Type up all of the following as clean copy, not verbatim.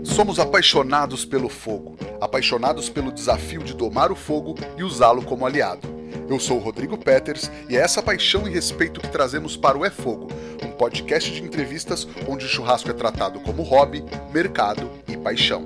Somos apaixonados pelo fogo, apaixonados pelo desafio de domar o fogo e usá-lo como aliado. Eu sou o Rodrigo Peters e é essa paixão e respeito que trazemos para o É Fogo, um podcast de entrevistas onde o churrasco é tratado como hobby, mercado e paixão.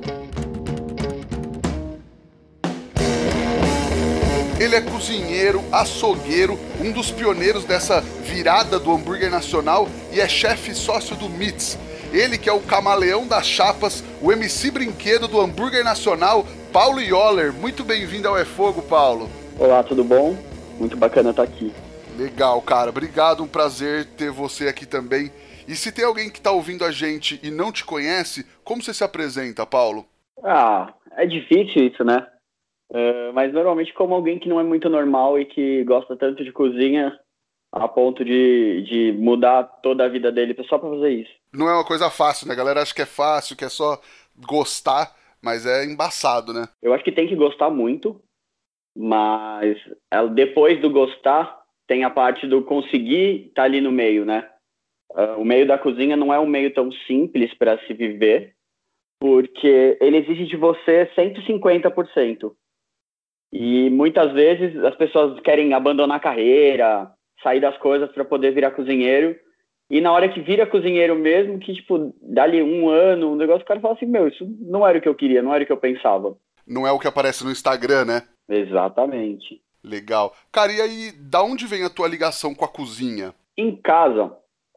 Ele é cozinheiro, açougueiro, um dos pioneiros dessa virada do hambúrguer nacional e é chefe sócio do Meats. Ele que é o camaleão das chapas, o MC brinquedo do hambúrguer nacional, Paulo Yoller. Muito bem-vindo ao É Fogo, Paulo. Olá, tudo bom? Muito bacana estar aqui. Legal, cara. Obrigado, um prazer ter você aqui também. E se tem alguém que está ouvindo a gente e não te conhece, como você se apresenta, Paulo? É difícil isso, né? Mas normalmente como alguém que não é muito normal e que gosta tanto de cozinha a ponto de mudar toda a vida dele só pra fazer isso. Não é uma coisa fácil, né? A galera acha que é fácil, que é só gostar, mas é embaçado, né? Eu acho que tem que gostar muito, mas depois do gostar, tem a parte do conseguir estar ali no meio, né? O meio da cozinha não é um meio tão simples para se viver, porque ele exige de você 150%. E muitas vezes as pessoas querem abandonar a carreira, sair das coisas para poder virar cozinheiro. E na hora que vira cozinheiro mesmo, que tipo, dali um ano, o negócio, o cara fala assim, isso não era o que eu queria, não era o que eu pensava. Não é o que aparece no Instagram, né? Exatamente. Legal. Cara, e aí, da onde vem a tua ligação com a cozinha? Em casa,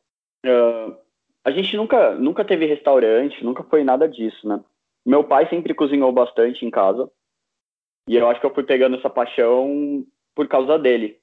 a gente nunca teve restaurante, nunca foi nada disso, né? Meu pai sempre cozinhou bastante em casa. E eu acho que eu fui pegando essa paixão por causa dele.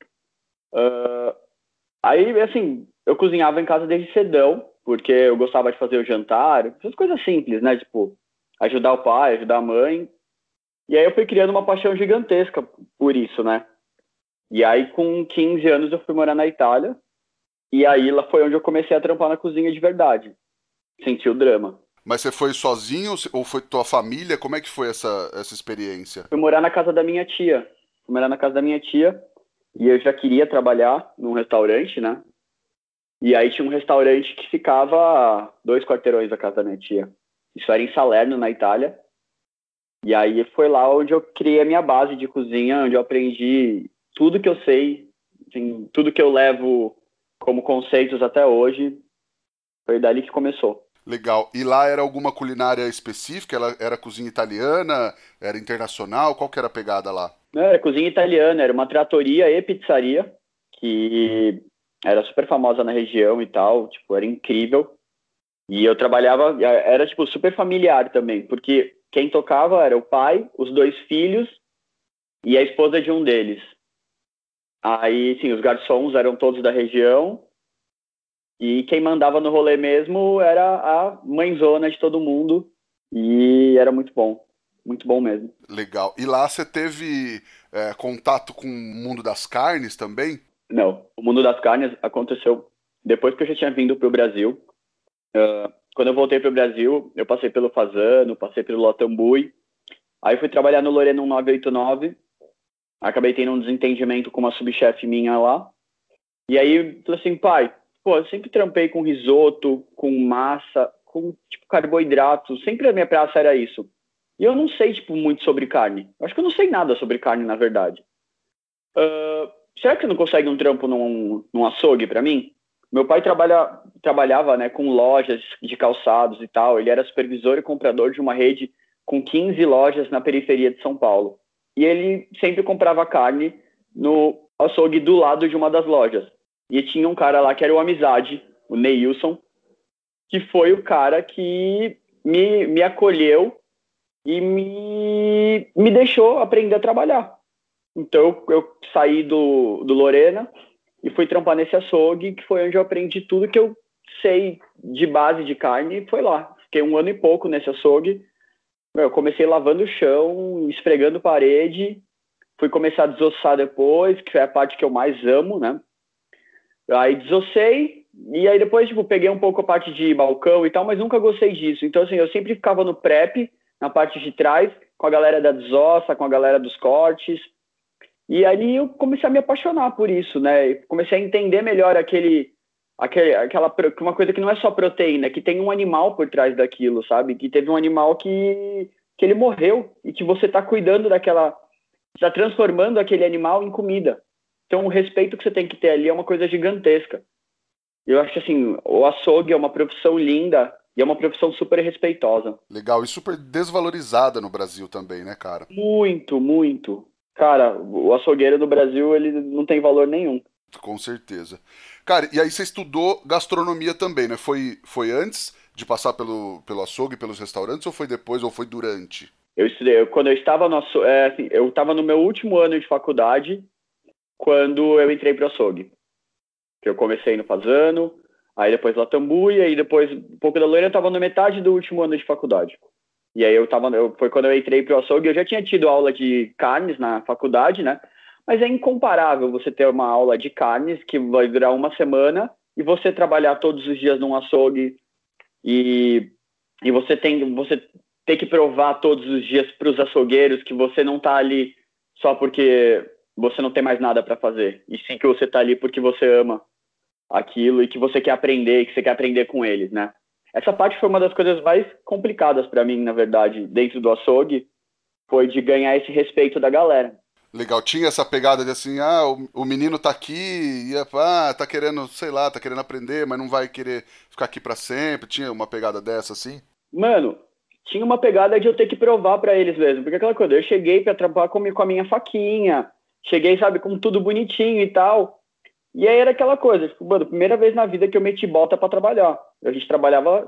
Aí, assim, eu cozinhava em casa desde cedão, porque eu gostava de fazer o jantar, essas coisas simples, né? Tipo, ajudar o pai, ajudar a mãe. E aí eu fui criando uma paixão gigantesca por isso, né? E aí, com 15 anos, eu fui morar na Itália. E aí, lá foi onde eu comecei a trampar na cozinha de verdade. Senti o drama. Mas você foi sozinho ou foi tua família? Como é que foi essa experiência? Fui morar na casa da minha tia. E eu já queria trabalhar num restaurante, né? E aí tinha um restaurante que ficava a 2 quarteirões da casa da minha tia. Isso era em Salerno, na Itália. E aí foi lá onde eu criei a minha base de cozinha, onde eu aprendi tudo que eu sei, assim, tudo que eu levo como conceitos até hoje. Foi dali que começou. Legal. E lá era alguma culinária específica? Ela era cozinha italiana? Era internacional? Qual que era a pegada lá? Não, era cozinha italiana, era uma trattoria e pizzaria, que era super famosa na região e tal, tipo, era incrível. E eu trabalhava, era tipo super familiar também, porque quem tocava era o pai, os 2 filhos e a esposa de um deles. Aí, sim, os garçons eram todos da região. E quem mandava no rolê mesmo era a mãezona de todo mundo. E era muito bom mesmo. Legal. E lá você teve contato com o mundo das carnes também? Não, o mundo das carnes aconteceu depois que eu já tinha vindo para o Brasil. Quando eu voltei para o Brasil, eu passei pelo Fasano, passei pelo Latambuie. Aí fui trabalhar no Lorena 1989. Acabei tendo um desentendimento com uma subchefe minha lá. E aí, falei assim, pai, eu sempre trampei com risoto, com massa, com, tipo, carboidrato. Sempre a minha praça era isso. E eu não sei, tipo, muito sobre carne. Eu acho que eu não sei nada sobre carne, na verdade. Será que você não consegue um trampo num açougue pra mim? Meu pai trabalhava, né, com lojas de calçados e tal. Ele era supervisor e comprador de uma rede com 15 lojas na periferia de São Paulo. E ele sempre comprava carne no açougue do lado de uma das lojas. E tinha um cara lá que era o Amizade, o Neilson, que foi o cara que me acolheu e me deixou aprender a trabalhar. Então eu saí do Lorena e fui trampar nesse açougue, que foi onde eu aprendi tudo que eu sei de base de carne, e foi lá. Fiquei 1 ano e pouco nesse açougue. Eu comecei lavando o chão, esfregando parede, fui começar a desossar depois, que foi a parte que eu mais amo, né? Aí desossei, e aí depois, tipo, peguei um pouco a parte de balcão e tal, mas nunca gostei disso. Então, assim, eu sempre ficava no prep, na parte de trás, com a galera da desossa, com a galera dos cortes. E aí eu comecei a me apaixonar por isso, né? Comecei a entender melhor aquele uma coisa que não é só proteína, que tem um animal por trás daquilo, sabe? Que teve um animal que ele morreu e que você está cuidando está transformando aquele animal em comida. Então o respeito que você tem que ter ali é uma coisa gigantesca. Eu acho que assim, o açougue é uma profissão linda e é uma profissão super respeitosa. Legal, e super desvalorizada no Brasil também, né, cara? Muito, muito. Cara, o açougueiro no Brasil, ele não tem valor nenhum. Com certeza. Cara, e aí você estudou gastronomia também, né? Foi antes de passar pelo açougue, pelos restaurantes, ou foi depois, ou foi durante? Eu estudei, quando eu estava assim, eu estava no meu último ano de faculdade, quando eu entrei pro açougue. Que eu comecei no Fazano, aí depois Latambuia, e depois um pouco da Loira, eu estava na metade do último ano de faculdade. E aí foi quando eu entrei pro açougue, eu já tinha tido aula de carnes na faculdade, né? Mas é incomparável você ter uma aula de carnes que vai durar uma semana e você trabalhar todos os dias num açougue e você ter que provar todos os dias para os açougueiros que você não está ali só porque você não tem mais nada para fazer, e sim que você está ali porque você ama aquilo e que você quer aprender e que você quer aprender com eles, né? Essa parte foi uma das coisas mais complicadas para mim, na verdade, dentro do açougue, foi de ganhar esse respeito da galera. Legal, tinha essa pegada de assim, o menino tá aqui, tá querendo, sei lá, tá querendo aprender, mas não vai querer ficar aqui pra sempre. Tinha uma pegada dessa, assim? Mano, tinha uma pegada de eu ter que provar pra eles mesmo, porque aquela coisa, eu cheguei pra trabalhar com a minha faquinha, cheguei, sabe, com tudo bonitinho e tal, e aí era aquela coisa, tipo, mano, primeira vez na vida que eu meti bota pra trabalhar. A gente trabalhava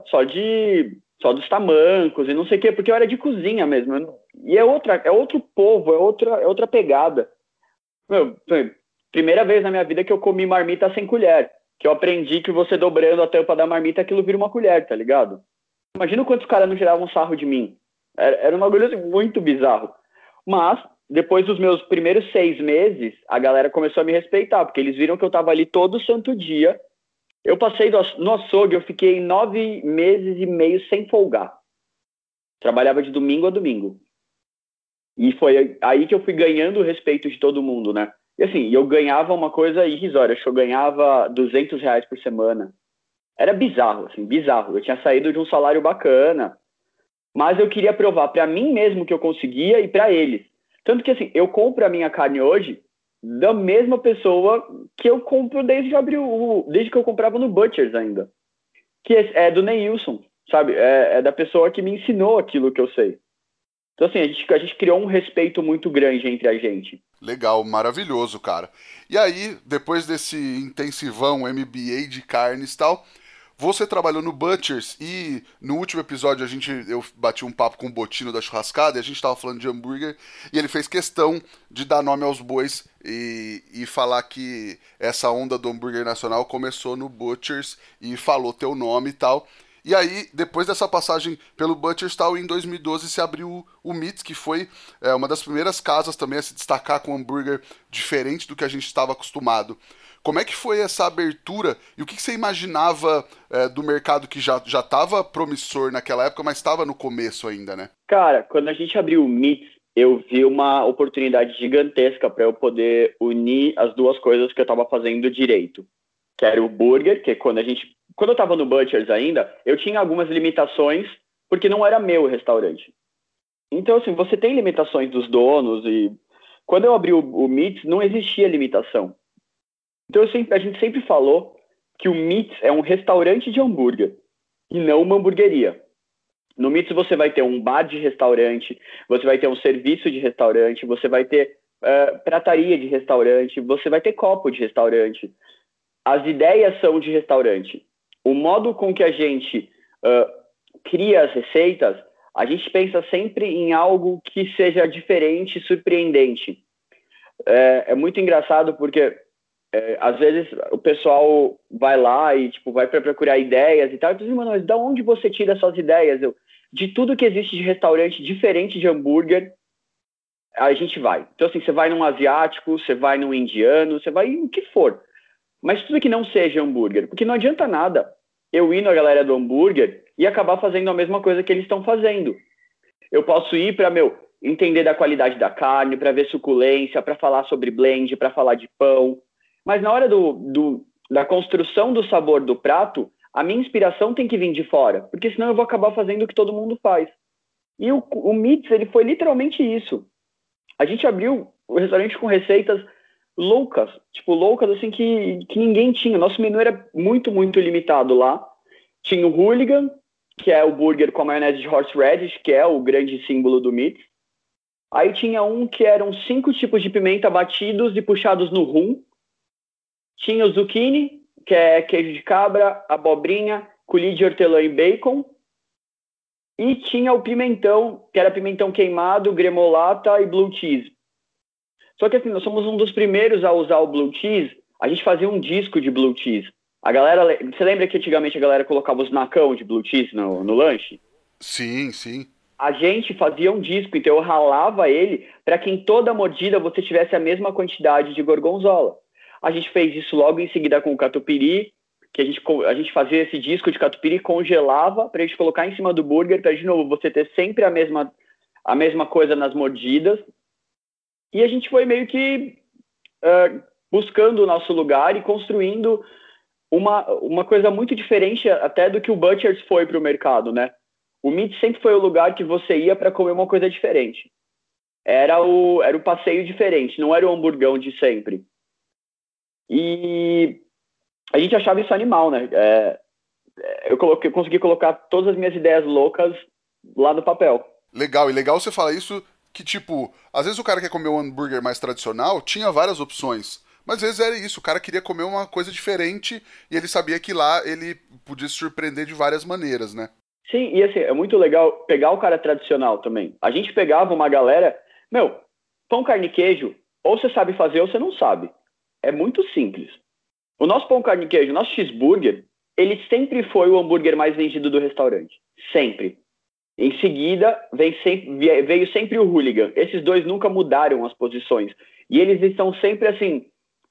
só dos tamancos e não sei o quê, porque eu era de cozinha mesmo. E é outro povo, é outra pegada. Meu, foi primeira vez na minha vida que eu comi marmita sem colher. Que eu aprendi que você dobrando a tampa da marmita, aquilo vira uma colher, tá ligado? Imagina quantos caras não tiravam sarro de mim. Era um bagulho assim, muito bizarro. Mas, depois dos meus primeiros 6 meses, a galera começou a me respeitar, porque eles viram que eu tava ali todo santo dia. Eu passei no açougue, eu fiquei 9 meses e meio sem folgar. Trabalhava de domingo a domingo. E foi aí que eu fui ganhando o respeito de todo mundo, né? E assim, eu ganhava uma coisa irrisória. Acho que eu ganhava R$ 200 por semana. Era bizarro, assim, bizarro. Eu tinha saído de um salário bacana, mas eu queria provar para mim mesmo que eu conseguia e para eles. Tanto que, assim, eu compro a minha carne hoje da mesma pessoa que eu compro desde que eu comprava no Butcher's ainda. Que é do Neilson, sabe? É da pessoa que me ensinou aquilo que eu sei. Então, assim, a gente criou um respeito muito grande entre a gente. Legal, maravilhoso, cara. E aí, depois desse intensivão MBA de carnes e tal, você trabalhou no Butcher's e no último episódio eu bati um papo com o Botino da Churrascada e a gente tava falando de hambúrguer e ele fez questão de dar nome aos bois e falar que essa onda do hambúrguer nacional começou no Butcher's e falou teu nome e tal. E aí, depois dessa passagem pelo Butcher's tal, em 2012 se abriu o Meats, que foi uma das primeiras casas também a se destacar com um hambúrguer diferente do que a gente estava acostumado. Como é que foi essa abertura e o que você imaginava do mercado que já estava promissor naquela época, mas estava no começo ainda, né? Cara, quando a gente abriu o Meats, eu vi uma oportunidade gigantesca para eu poder unir as duas coisas que eu estava fazendo direito. Que era o burger, que quando eu estava no Butcher's ainda, eu tinha algumas limitações, porque não era meu restaurante. Então, assim, você tem limitações dos donos e quando eu abri o Meats, não existia limitação. Então a gente sempre falou que o Meats é um restaurante de hambúrguer e não uma hamburgueria. No Meats você vai ter um bar de restaurante, você vai ter um serviço de restaurante, você vai ter prataria de restaurante, você vai ter copo de restaurante. As ideias são de restaurante. O modo com que a gente cria as receitas, a gente pensa sempre em algo que seja diferente, surpreendente. É muito engraçado porque às vezes o pessoal vai lá e tipo, vai para procurar ideias e tal, e diz, mano, mas da onde você tira essas ideias? De tudo que existe de restaurante diferente de hambúrguer, a gente vai. Então assim, você vai num asiático, você vai num indiano, você vai em o que for. Mas tudo que não seja hambúrguer, porque não adianta nada eu ir na galera do hambúrguer e acabar fazendo a mesma coisa que eles estão fazendo. Eu posso ir para, entender da qualidade da carne, para ver suculência, para falar sobre blend, para falar de pão. Mas na hora da construção do sabor do prato, a minha inspiração tem que vir de fora, porque senão eu vou acabar fazendo o que todo mundo faz. E o Meats, ele foi literalmente isso. A gente abriu o restaurante com receitas loucas, tipo, loucas assim que ninguém tinha. Nosso menu era muito, muito limitado lá. Tinha o Hooligan, que é o burger com a maionese de horseradish, que é o grande símbolo do Meats. Aí tinha um que eram 5 tipos de pimenta batidos e puxados no rum. Tinha o zucchini, que é queijo de cabra, abobrinha, coulis de hortelã e bacon. E tinha o pimentão, que era pimentão queimado, gremolata e blue cheese. Só que assim, nós somos um dos primeiros a usar o blue cheese. A gente fazia um disco de blue cheese. A galera, você lembra que antigamente a galera colocava os nacão de blue cheese no lanche? Sim, sim. A gente fazia um disco, então eu ralava ele para que em toda mordida você tivesse a mesma quantidade de gorgonzola. A gente fez isso logo em seguida com o catupiry, que a gente fazia esse disco de catupiry, congelava para a gente colocar em cima do burger, para de novo você ter sempre a mesma coisa nas mordidas. E a gente foi meio que buscando o nosso lugar e construindo uma coisa muito diferente até do que o Butcher's foi para o mercado, né? O Meat sempre foi o lugar que você ia para comer uma coisa diferente. Era o passeio diferente, não era o hamburgão de sempre. E a gente achava isso animal, né? Eu consegui colocar todas as minhas ideias loucas lá no papel. Legal, e legal você falar isso que, tipo, às vezes o cara quer comer um hambúrguer mais tradicional, tinha várias opções. Mas às vezes era isso, o cara queria comer uma coisa diferente e ele sabia que lá ele podia se surpreender de várias maneiras, né? Sim, e assim, é muito legal pegar o cara tradicional também. A gente pegava uma galera, pão, carne e queijo, ou você sabe fazer ou você não sabe. É muito simples. O nosso pão, carne e queijo, o nosso cheeseburger, ele sempre foi o hambúrguer mais vendido do restaurante. Sempre. Em seguida, veio sempre o Hooligan. Esses dois nunca mudaram as posições. E eles estão sempre, assim,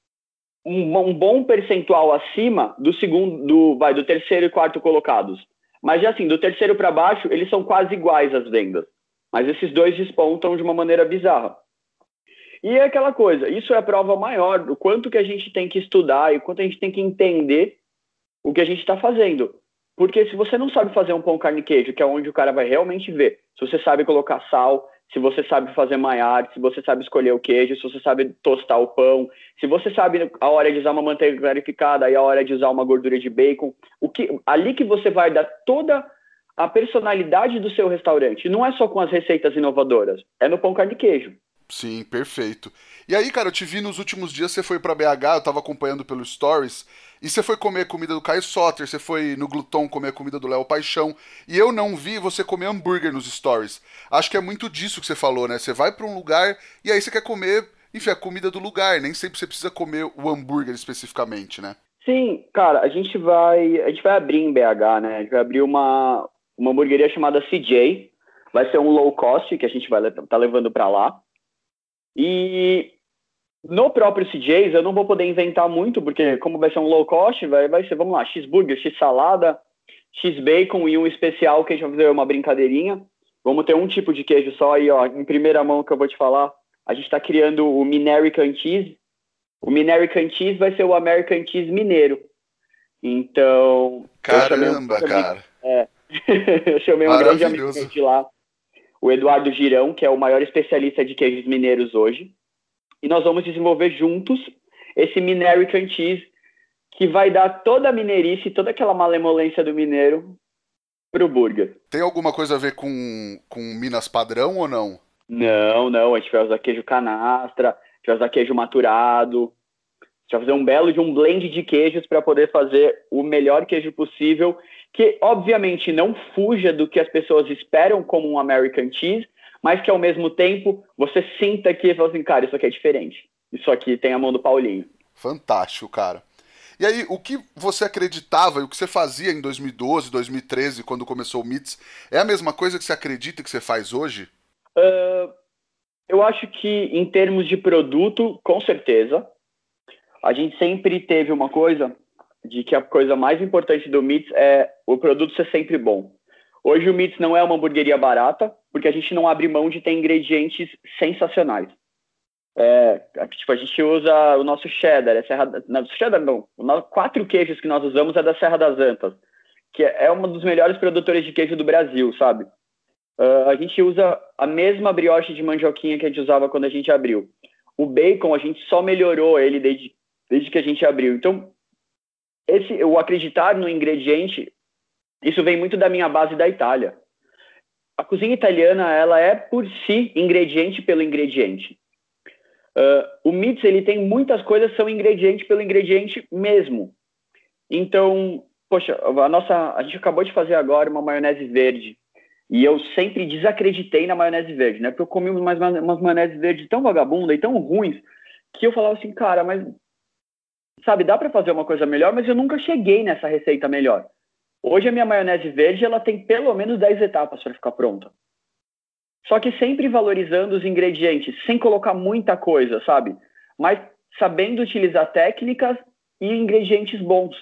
um bom percentual acima do terceiro e quarto colocados. Mas, assim, do terceiro para baixo, eles são quase iguais às vendas. Mas esses dois despontam de uma maneira bizarra. E é aquela coisa, isso é a prova maior do quanto que a gente tem que estudar e o quanto a gente tem que entender o que a gente está fazendo. Porque se você não sabe fazer um pão, carne e queijo, que é onde o cara vai realmente ver, se você sabe colocar sal, se você sabe fazer maillard, se você sabe escolher o queijo, se você sabe tostar o pão, se você sabe a hora de usar uma manteiga clarificada e a hora de usar uma gordura de bacon, ali que você vai dar toda a personalidade do seu restaurante. Não é só com as receitas inovadoras, é no pão, carne e queijo. Sim, perfeito. E aí, cara, eu te vi nos últimos dias, você foi pra BH, eu tava acompanhando pelos stories, e você foi comer a comida do Caio Soter, você foi no Gluton comer a comida do Léo Paixão, e eu não vi você comer hambúrguer nos stories. Acho que é muito disso que você falou, né? Você vai pra um lugar e aí você quer comer, enfim, a comida do lugar, nem sempre você precisa comer o hambúrguer especificamente, né? Sim, cara, a gente vai abrir em BH, né? A gente vai abrir uma hamburgueria chamada CJ, vai ser um low cost que a gente vai tá levando pra lá. E no próprio CJ's eu não vou poder inventar muito, porque como vai ser um low cost, vai ser, vamos lá, cheeseburger, x-salada, x-bacon e um especial que a gente vai fazer uma brincadeirinha. Vamos ter um tipo de queijo só aí, ó, em primeira mão que eu vou te falar. A gente está criando o Minerican Cheese. O Minerican Cheese vai ser o American Cheese mineiro. Então... Caramba, cara! Eu chamei um grande amigo de lá, o Eduardo Girão, que é o maior especialista de queijos mineiros hoje. E nós vamos desenvolver juntos esse Minerican Cheese, que vai dar toda a mineirice, toda aquela malemolência do mineiro pro burger. Tem alguma coisa a ver com Minas padrão ou não? Não. A gente vai usar queijo canastra, a gente vai usar queijo maturado. A gente vai fazer um belo de um blend de queijos para poder fazer o melhor queijo possível, que obviamente não fuja do que as pessoas esperam como um American Cheese, mas que ao mesmo tempo você sinta que e fala assim, cara, isso aqui é diferente. Isso aqui tem a mão do Paulinho. Fantástico, cara. E aí, o que você acreditava e o que você fazia em 2012, 2013, quando começou o Meats, é a mesma coisa que você acredita que você faz hoje? Eu acho que em termos de produto, com certeza. A gente sempre teve uma coisa de que a coisa mais importante do Meats é o produto ser sempre bom. Hoje o Meats não é uma hamburgueria barata, porque a gente não abre mão de ter ingredientes sensacionais. Tipo, a gente usa o nosso cheddar, cheddar não, os 4 queijos que nós usamos é da Serra das Antas, que é um dos melhores produtores de queijo do Brasil, sabe? A gente usa a mesma brioche de mandioquinha que a gente usava quando a gente abriu. O bacon, a gente só melhorou ele desde que a gente abriu. Então, o acreditar no ingrediente, isso vem muito da minha base da Itália. A cozinha italiana, ela é por si ingrediente pelo ingrediente. O Meats, ele tem muitas coisas que são ingrediente pelo ingrediente mesmo. Então, poxa, a gente acabou de fazer agora uma maionese verde. E eu sempre desacreditei na maionese verde, né? Porque eu comi umas maionese verde tão vagabunda e tão ruins que eu falava assim, cara, mas sabe, dá para fazer uma coisa melhor, mas eu nunca cheguei nessa receita melhor. Hoje a minha maionese verde, ela tem pelo menos 10 etapas para ficar pronta. Só que sempre valorizando os ingredientes, sem colocar muita coisa, sabe? Mas sabendo utilizar técnicas e ingredientes bons.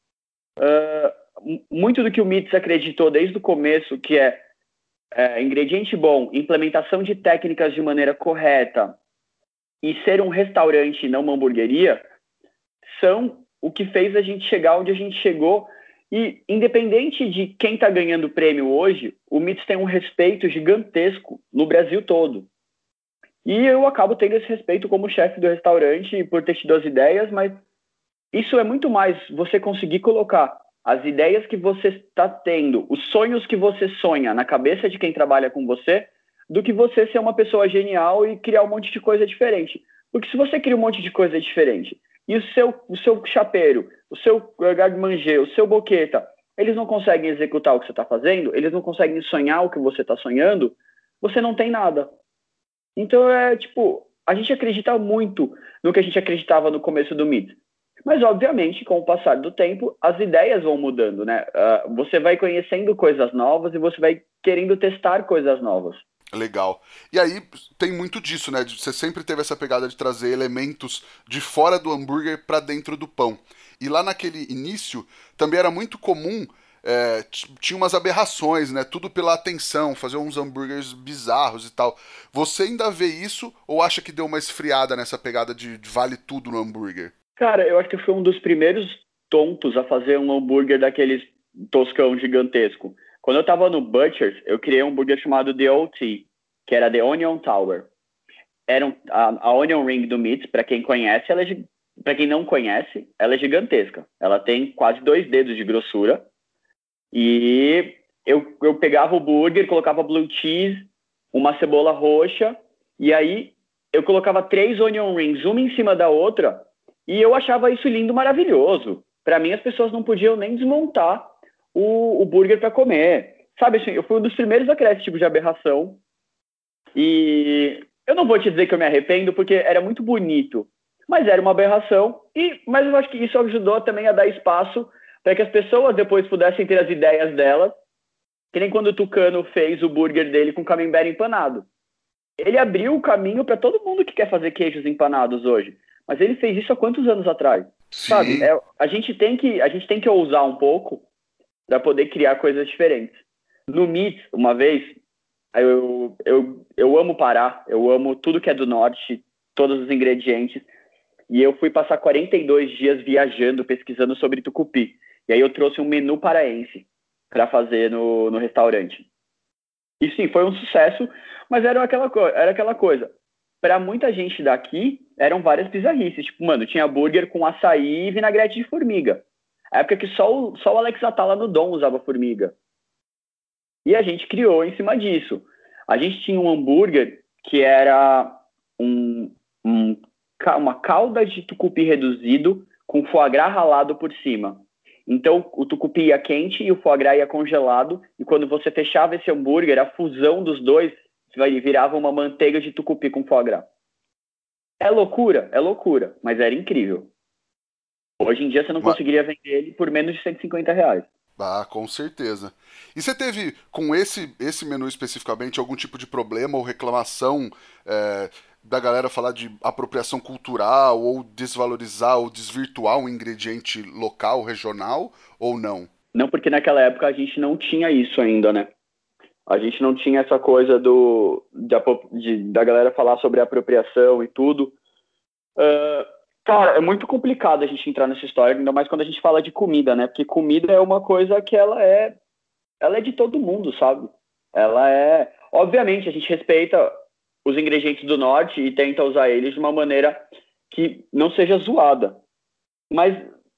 Muito do que o Meats acreditou desde o começo, que é ingrediente bom, implementação de técnicas de maneira correta e ser um restaurante e não uma hamburgueria, são o que fez a gente chegar onde a gente chegou. E independente de quem está ganhando o prêmio hoje, o Meats tem um respeito gigantesco no Brasil todo. E eu acabo tendo esse respeito como chefe do restaurante por ter tido as ideias, mas isso é muito mais você conseguir colocar as ideias que você está tendo, os sonhos que você sonha na cabeça de quem trabalha com você, do que você ser uma pessoa genial e criar um monte de coisa diferente. Porque se você cria um monte de coisa diferente e o seu chapeiro, o seu garde-manger, o seu boqueta, eles não conseguem executar o que você está fazendo, eles não conseguem sonhar o que você está sonhando, você não tem nada. Então, a gente acredita muito no que a gente acreditava no começo do Meats. Mas, obviamente, com o passar do tempo, as ideias vão mudando, né? Você vai conhecendo coisas novas e você vai querendo testar coisas novas. Legal. E aí tem muito disso, né? Você sempre teve essa pegada de trazer elementos de fora do hambúrguer para dentro do pão. E lá naquele início também era muito comum, tinha umas aberrações, né? Tudo pela atenção, fazer uns hambúrgueres bizarros e tal. Você ainda vê isso ou acha que deu uma esfriada nessa pegada de vale tudo no hambúrguer? Cara, eu acho que eu fui um dos primeiros tontos a fazer um hambúrguer daqueles toscão gigantesco. Quando eu tava no Butcher's, eu criei um hambúrguer chamado The OT, que era The Onion Tower. A Onion Ring do Meats, para quem conhece, para quem não conhece, ela é gigantesca. Ela tem quase 2 dedos de grossura. E eu pegava o burger, colocava blue cheese, uma cebola roxa, e aí eu colocava 3 onion rings, uma em cima da outra, e eu achava isso lindo, maravilhoso. Para mim, as pessoas não podiam nem desmontar o burger para comer. Sabe, assim, eu fui um dos primeiros a criar esse tipo de aberração. E eu não vou te dizer que eu me arrependo, porque era muito bonito. Mas era uma aberração. Mas eu acho que isso ajudou também a dar espaço para que as pessoas depois pudessem ter as ideias delas. Que nem quando o Tucano fez o burger dele com camembert empanado. Ele abriu o caminho para todo mundo que quer fazer queijos empanados hoje. Mas ele fez isso há quantos anos atrás? Sim. Sabe? A gente tem que ousar um pouco para poder criar coisas diferentes. No Meats, uma vez, eu amo Pará, eu amo tudo que é do norte, todos os ingredientes, e eu fui passar 42 dias viajando, pesquisando sobre tucupi. E aí eu trouxe um menu paraense para fazer no restaurante. E sim, foi um sucesso, mas era aquela coisa. Para muita gente daqui, eram várias bizarrices. Tipo, mano, tinha hambúrguer com açaí e vinagrete de formiga. A época que só o Alex Atala no Dom usava formiga. E a gente criou em cima disso. A gente tinha um hambúrguer que era uma calda de tucupi reduzido com foie gras ralado por cima. Então, o tucupi ia quente e o foie gras ia congelado. E quando você fechava esse hambúrguer, a fusão dos dois virava uma manteiga de tucupi com foie gras. É loucura, mas era incrível. Hoje em dia você não conseguiria vender ele por menos de R$150. Ah, com certeza. E você teve, com esse menu especificamente, algum tipo de problema ou reclamação da galera falar de apropriação cultural ou desvalorizar ou desvirtuar um ingrediente local, regional, ou não? Não, porque naquela época a gente não tinha isso ainda, né? A gente não tinha essa coisa da galera falar sobre apropriação e tudo. Cara, é muito complicado a gente entrar nessa história, ainda mais quando a gente fala de comida, né? Porque comida é uma coisa que ela é de todo mundo, sabe? Ela é... Obviamente, a gente respeita os ingredientes do norte e tenta usar eles de uma maneira que não seja zoada. Mas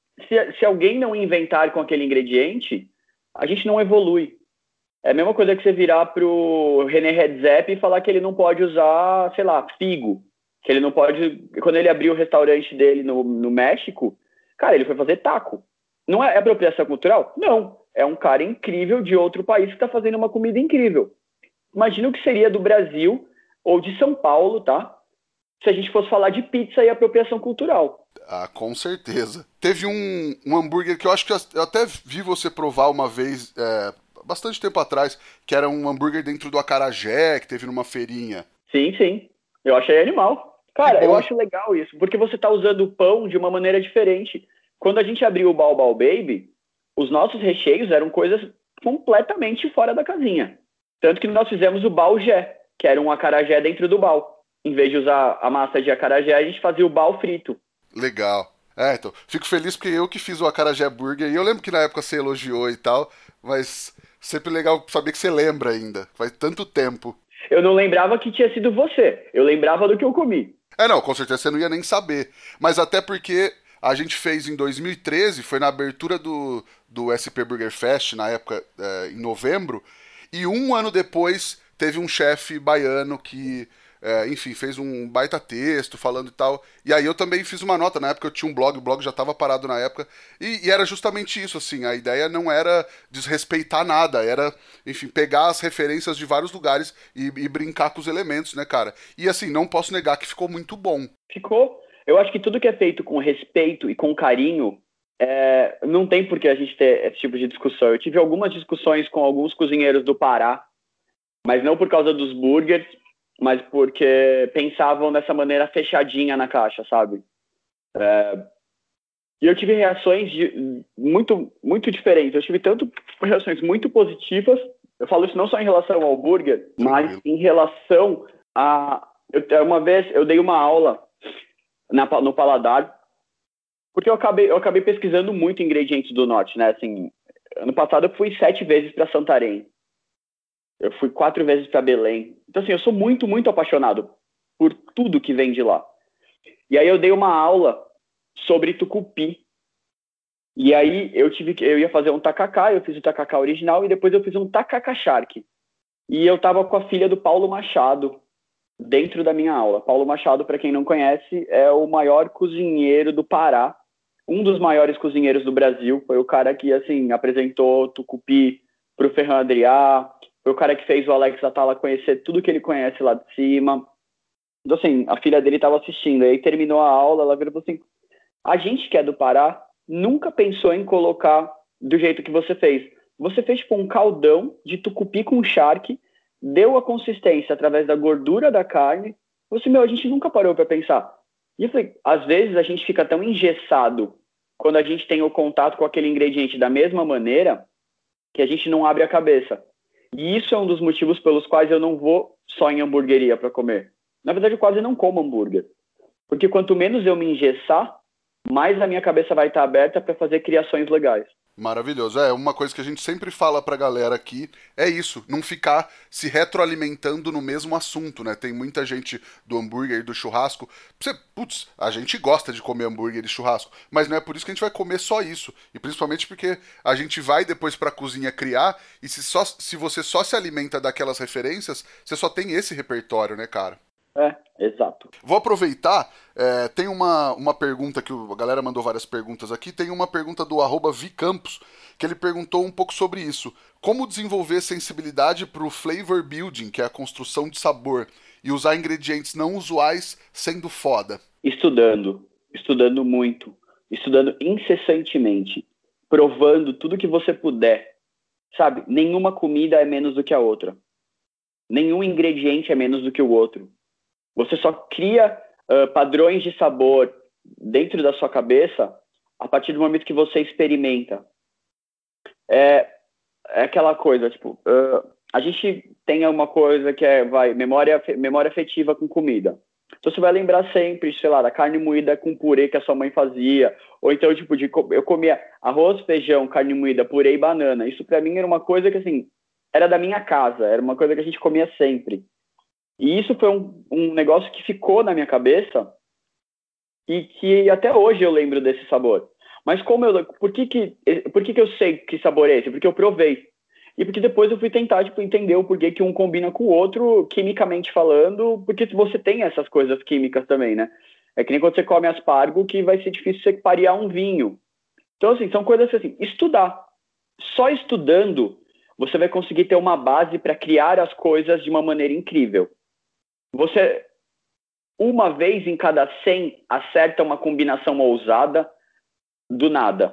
se alguém não inventar com aquele ingrediente, a gente não evolui. É a mesma coisa que você virar pro René Redzepi e falar que ele não pode usar, sei lá, figo. Que ele não pode... Quando ele abriu o restaurante dele no México, cara, ele foi fazer taco. Não é apropriação cultural? Não. É um cara incrível de outro país que está fazendo uma comida incrível. Imagina o que seria do Brasil ou de São Paulo, tá? Se a gente fosse falar de pizza e apropriação cultural. Ah, com certeza. Teve um hambúrguer que eu acho que eu até vi você provar uma vez, bastante tempo atrás, que era um hambúrguer dentro do acarajé, que teve numa feirinha. Sim, sim. Eu achei animal. Cara, eu acho legal isso, porque você tá usando o pão de uma maneira diferente. Quando a gente abriu o Bao Bao Baby, os nossos recheios eram coisas completamente fora da casinha. Tanto que nós fizemos o baojé, que era um acarajé dentro do bao. Em vez de usar a massa de acarajé, a gente fazia o bao frito. Legal. Então, fico feliz porque eu que fiz o acarajé burger, e eu lembro que na época você elogiou e tal, mas sempre legal saber que você lembra ainda. Faz tanto tempo. Eu não lembrava que tinha sido você. Eu lembrava do que eu comi. Não, com certeza você não ia nem saber. Mas até porque a gente fez em 2013, foi na abertura do SP Burger Fest, na época, em novembro, e um ano depois teve um chefe baiano que, enfim, fez um baita texto falando e tal. E aí eu também fiz uma nota, na época eu tinha um blog, o blog já estava parado na época, e era justamente isso, assim, a ideia não era desrespeitar nada, era, enfim, pegar as referências de vários lugares e brincar com os elementos, né, cara? E assim, não posso negar que ficou muito bom. Ficou. Eu acho que tudo que é feito com respeito e com carinho, não tem por que a gente ter esse tipo de discussão. Eu tive algumas discussões com alguns cozinheiros do Pará, mas não por causa dos burgers, mas porque pensavam dessa maneira fechadinha na caixa, sabe? E eu tive reações muito, muito diferentes. Eu tive tanto reações muito positivas, eu falo isso não só em relação ao burger, mas em relação a... Uma vez eu dei uma aula no Paladar, porque eu acabei pesquisando muito ingredientes do norte, né? Assim, ano passado eu fui 7 vezes para Santarém. Eu fui 4 vezes para Belém. Então, assim, eu sou muito, muito apaixonado por tudo que vem de lá. E aí eu dei uma aula sobre tucupi. E aí eu ia fazer um tacacá, eu fiz o tacacá original e depois eu fiz um tacacá charque. E eu tava com a filha do Paulo Machado dentro da minha aula. Paulo Machado, para quem não conhece, é o maior cozinheiro do Pará, um dos maiores cozinheiros do Brasil. Foi o cara que, assim, apresentou tucupi pro Ferran Adrià, foi o cara que fez o Alex Atala conhecer tudo que ele conhece lá de cima. Então, assim, a filha dele estava assistindo, aí terminou a aula, ela virou assim, a gente que é do Pará nunca pensou em colocar do jeito que você fez. Você fez, tipo, um caldão de tucupi com charque, deu a consistência através da gordura da carne. A gente nunca parou para pensar. E eu falei, às vezes a gente fica tão engessado quando a gente tem o contato com aquele ingrediente da mesma maneira que a gente não abre a cabeça. E isso é um dos motivos pelos quais eu não vou só em hamburgueria para comer. Na verdade, eu quase não como hambúrguer. Porque quanto menos eu me engessar, mais a minha cabeça vai estar aberta para fazer criações legais. Maravilhoso. Uma coisa que a gente sempre fala pra galera aqui é isso, não ficar se retroalimentando no mesmo assunto, né? Tem muita gente do hambúrguer e do churrasco. A gente gosta de comer hambúrguer e churrasco, mas não é por isso que a gente vai comer só isso. E principalmente porque a gente vai depois pra cozinha criar, e se você só se alimenta daquelas referências, você só tem esse repertório, né, cara? Exato. Vou aproveitar, tem uma pergunta que a galera mandou várias perguntas aqui, tem uma pergunta do @vicampos, que ele perguntou um pouco sobre isso. Como desenvolver sensibilidade para o flavor building, que é a construção de sabor, e usar ingredientes não usuais sendo foda? Estudando muito, estudando incessantemente, provando tudo que você puder. Sabe, nenhuma comida é menos do que a outra. Nenhum ingrediente é menos do que o outro. Você só cria padrões de sabor dentro da sua cabeça a partir do momento que você experimenta. É aquela coisa, tipo, a gente tem uma coisa que é, memória afetiva com comida. Então você vai lembrar sempre, sei lá, da carne moída com purê que a sua mãe fazia, ou então, tipo, eu comia arroz, feijão, carne moída, purê e banana. Isso pra mim era uma coisa que, assim, era da minha casa, era uma coisa que a gente comia sempre. E isso foi um negócio que ficou na minha cabeça e que até hoje eu lembro desse sabor. Mas por que eu sei que sabor é esse? Porque eu provei. E porque depois eu fui tentar, tipo, entender o porquê que um combina com o outro, quimicamente falando, porque você tem essas coisas químicas também, né? É que nem quando você come aspargo, que vai ser difícil você parear um vinho. Então, assim, são coisas assim, estudar. Só estudando, você vai conseguir ter uma base para criar as coisas de uma maneira incrível. Você, uma vez em cada 100, acerta uma combinação ousada do nada.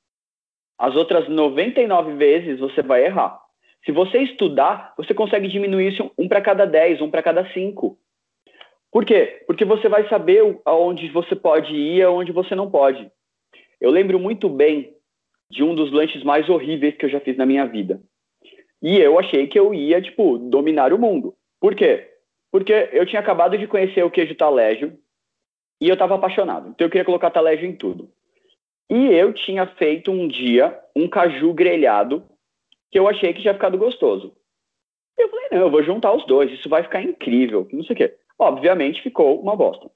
As outras 99 vezes você vai errar. Se você estudar, você consegue diminuir isso um para cada 10, um para cada 5. Por quê? Porque você vai saber aonde você pode ir e aonde você não pode. Eu lembro muito bem de um dos lanches mais horríveis que eu já fiz na minha vida. E eu achei que eu ia, tipo, dominar o mundo. Por quê? Porque eu tinha acabado de conhecer o queijo Taleggio e eu estava apaixonado. Então eu queria colocar Taleggio em tudo. E eu tinha feito um dia um caju grelhado que eu achei que tinha ficado gostoso. Eu falei, não, eu vou juntar os dois, isso vai ficar incrível, não sei o quê. Obviamente ficou uma bosta.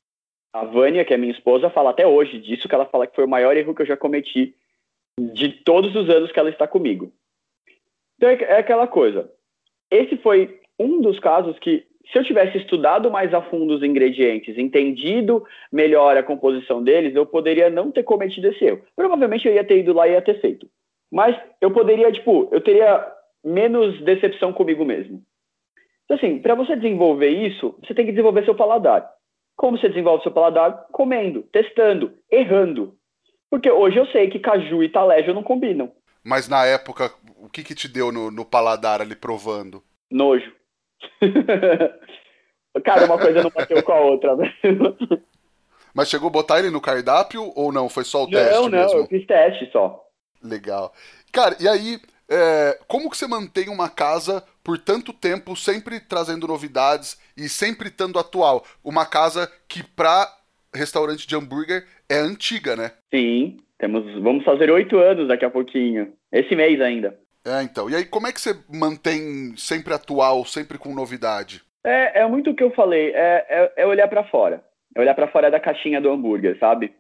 A Vânia, que é minha esposa, fala até hoje disso, que ela fala que foi o maior erro que eu já cometi de todos os anos que ela está comigo. Então é aquela coisa. Esse foi um dos casos que, se eu tivesse estudado mais a fundo os ingredientes, entendido melhor a composição deles, eu poderia não ter cometido esse erro. Provavelmente eu ia ter ido lá e ia ter feito. Mas eu poderia, tipo, eu teria menos decepção comigo mesmo. Então, assim, para você desenvolver isso, você tem que desenvolver seu paladar. Como você desenvolve seu paladar? Comendo, testando, errando. Porque hoje eu sei que caju e Taleggio não combinam. Mas na época, o que te deu no paladar ali provando? Nojo. Cara, uma coisa não bateu com a outra. Mas chegou a botar ele no cardápio ou não? Foi só o Não, teste mesmo? eu fiz teste só. Legal. Cara, e aí, como que você mantém uma casa por tanto tempo, sempre trazendo novidades e sempre estando atual? Uma casa que pra restaurante de hambúrguer é antiga, né? Sim, vamos fazer 8 anos daqui a pouquinho. Esse mês ainda. Então. E aí, como é que você mantém sempre atual, sempre com novidade? É muito o que eu falei, é olhar pra fora. É olhar pra fora da caixinha do hambúrguer, sabe?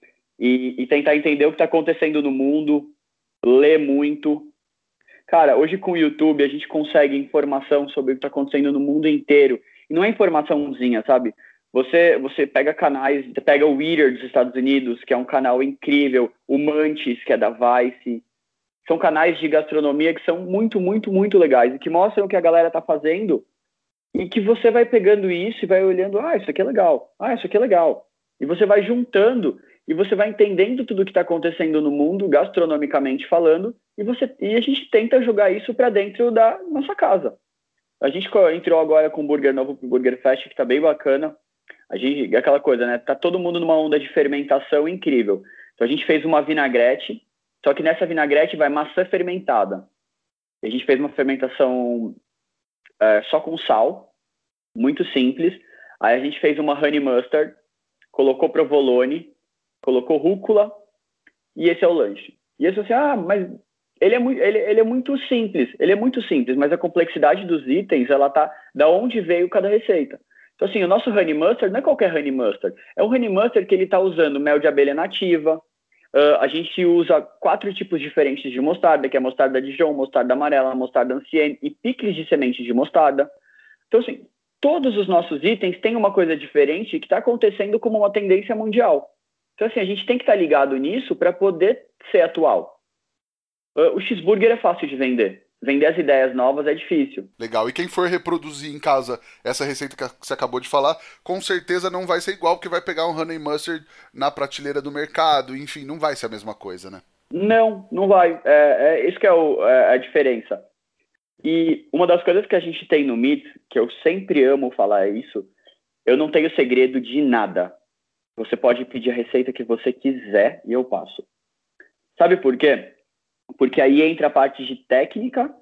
E tentar entender o que tá acontecendo no mundo, ler muito. Cara, hoje com o YouTube a gente consegue informação sobre o que tá acontecendo no mundo inteiro. E não é informaçãozinha, sabe? Você pega canais, você pega o Eater dos Estados Unidos, que é um canal incrível, o Mantis, que é da Vice. São canais de gastronomia que são muito, muito, muito legais e que mostram o que a galera tá fazendo e que você vai pegando isso e vai olhando, isso aqui é legal, isso aqui é legal. E você vai juntando e você vai entendendo tudo o que está acontecendo no mundo, gastronomicamente falando, e a gente tenta jogar isso para dentro da nossa casa. A gente entrou agora com um burger novo pro Burger Fest, que tá bem bacana. Aquela coisa, né? Tá todo mundo numa onda de fermentação incrível. Então a gente fez uma vinagrete, só que nessa vinagrete vai maçã fermentada. A gente fez uma fermentação só com sal, muito simples. Aí a gente fez uma honey mustard, colocou provolone, colocou rúcula, e esse é o lanche. E esse assim, mas ele é muito simples, mas a complexidade dos itens, ela tá da onde veio cada receita. Então assim, o nosso honey mustard não é qualquer honey mustard, é um honey mustard que ele tá usando mel de abelha nativa, a gente usa 4 tipos diferentes de mostarda, que é mostarda Dijon, mostarda amarela, mostarda ancienne e picles de sementes de mostarda. Então assim, todos os nossos itens têm uma coisa diferente que está acontecendo como uma tendência mundial. Então assim, a gente tem que estar ligado nisso para poder ser atual. O cheeseburger é fácil de vender. Vender as ideias novas é difícil. Legal. E quem for reproduzir em casa essa receita que você acabou de falar, com certeza não vai ser igual, porque vai pegar um honey mustard na prateleira do mercado. Enfim, não vai ser a mesma coisa, né? Não vai. Isso que é a diferença. E uma das coisas que a gente tem no Meats, que eu sempre amo falar isso, eu não tenho segredo de nada. Você pode pedir a receita que você quiser e eu passo. Sabe por quê? Porque aí entra a parte de técnica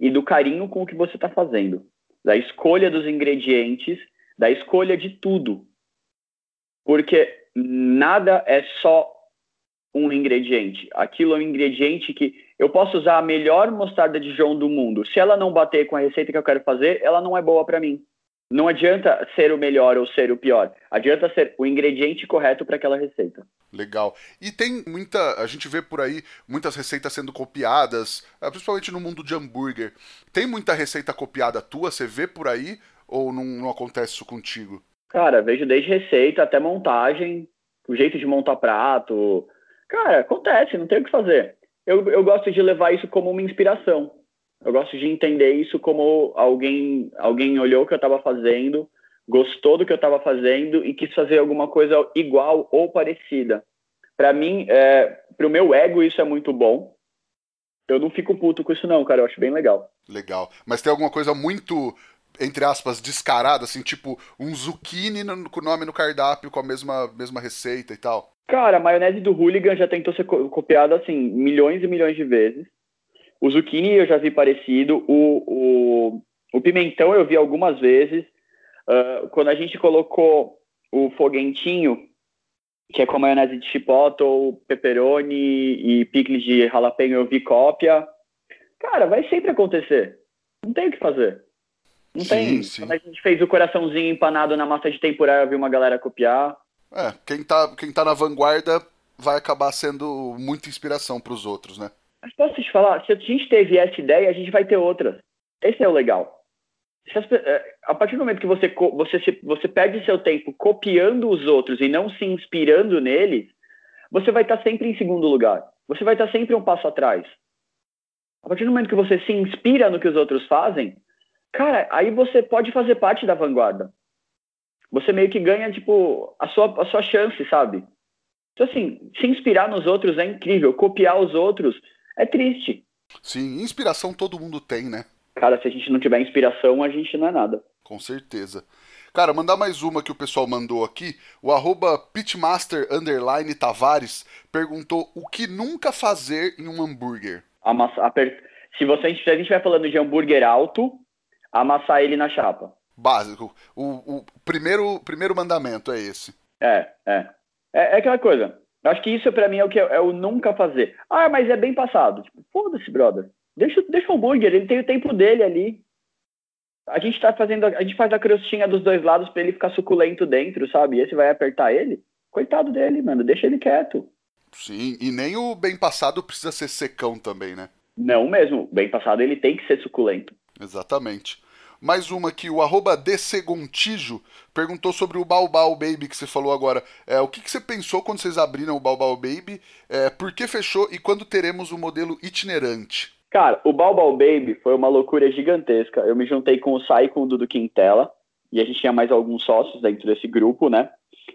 e do carinho com o que você está fazendo, da escolha dos ingredientes, da escolha de tudo. Porque nada é só um ingrediente. Aquilo é um ingrediente que eu posso usar a melhor mostarda de Dijon do mundo. Se ela não bater com a receita que eu quero fazer, ela não é boa para mim. Não adianta ser o melhor ou ser o pior. Adianta ser o ingrediente correto para aquela receita. Legal. E tem a gente vê por aí muitas receitas sendo copiadas, principalmente no mundo de hambúrguer. Tem muita receita copiada tua? Você vê por aí ou não acontece isso contigo? Cara, vejo desde receita até montagem, o jeito de montar prato. Cara, acontece, não tem o que fazer. Eu gosto de levar isso como uma inspiração. Eu gosto de entender isso como alguém olhou o que eu estava fazendo, gostou do que eu estava fazendo e quis fazer alguma coisa igual ou parecida. Para mim, pro meu ego, isso é muito bom. Eu não fico puto com isso não, cara. Eu acho bem legal. Legal. Mas tem alguma coisa muito, entre aspas, descarada, assim, tipo um zucchini com o nome no cardápio com a mesma receita e tal? Cara, a maionese do Hooligan já tentou ser copiada, assim, milhões e milhões de vezes. O zucchini eu já vi parecido. O pimentão eu vi algumas vezes. Quando a gente colocou o foguentinho, que é com maionese de chipotle, pepperoni e picles de jalapeno, eu vi cópia. Cara, vai sempre acontecer. Não tem o que fazer. Não tem. Sim. Quando a gente fez o coraçãozinho empanado na massa de tempurá, eu vi uma galera copiar. Quem tá na vanguarda vai acabar sendo muita inspiração pros outros, né? Mas posso te falar, se a gente teve essa ideia, a gente vai ter outras. Esse é o legal. A partir do momento que você perde seu tempo copiando os outros e não se inspirando neles, você vai estar sempre em segundo lugar. Você vai estar sempre um passo atrás. A partir do momento que você se inspira no que os outros fazem, cara, aí você pode fazer parte da vanguarda. Você meio que ganha, tipo, a sua chance, sabe? Então, assim, se inspirar nos outros é incrível. Copiar os outros é triste. Sim, inspiração todo mundo tem, né? Cara, se a gente não tiver inspiração, a gente não é nada. Com certeza. Cara, mandar mais uma que o pessoal mandou aqui. O @pitmaster_Tavares perguntou o que nunca fazer em um hambúrguer. Se a gente vai falando de hambúrguer alto, amassar ele na chapa. Básico. O primeiro mandamento é esse. É aquela coisa. Eu acho que isso pra mim é o nunca fazer. Ah, mas é bem passado. Tipo, foda-se, brother. Deixa o hambúrguer, ele tem o tempo dele ali. A gente faz a crostinha dos dois lados pra ele ficar suculento dentro, sabe? E esse vai apertar ele. Coitado dele, mano. Deixa ele quieto. Sim, e nem o bem passado precisa ser secão também, né? Não mesmo. Bem passado ele tem que ser suculento. Exatamente. Mais uma aqui, o @dcgontijo perguntou sobre o Baobao Baby que você falou agora. O que você pensou quando vocês abriram o Baobao Baby? Por que fechou e quando teremos o modelo itinerante? Cara, o Baobao Baby foi uma loucura gigantesca. Eu me juntei com o Sai e com o Dudu Quintela. E a gente tinha mais alguns sócios dentro desse grupo, né?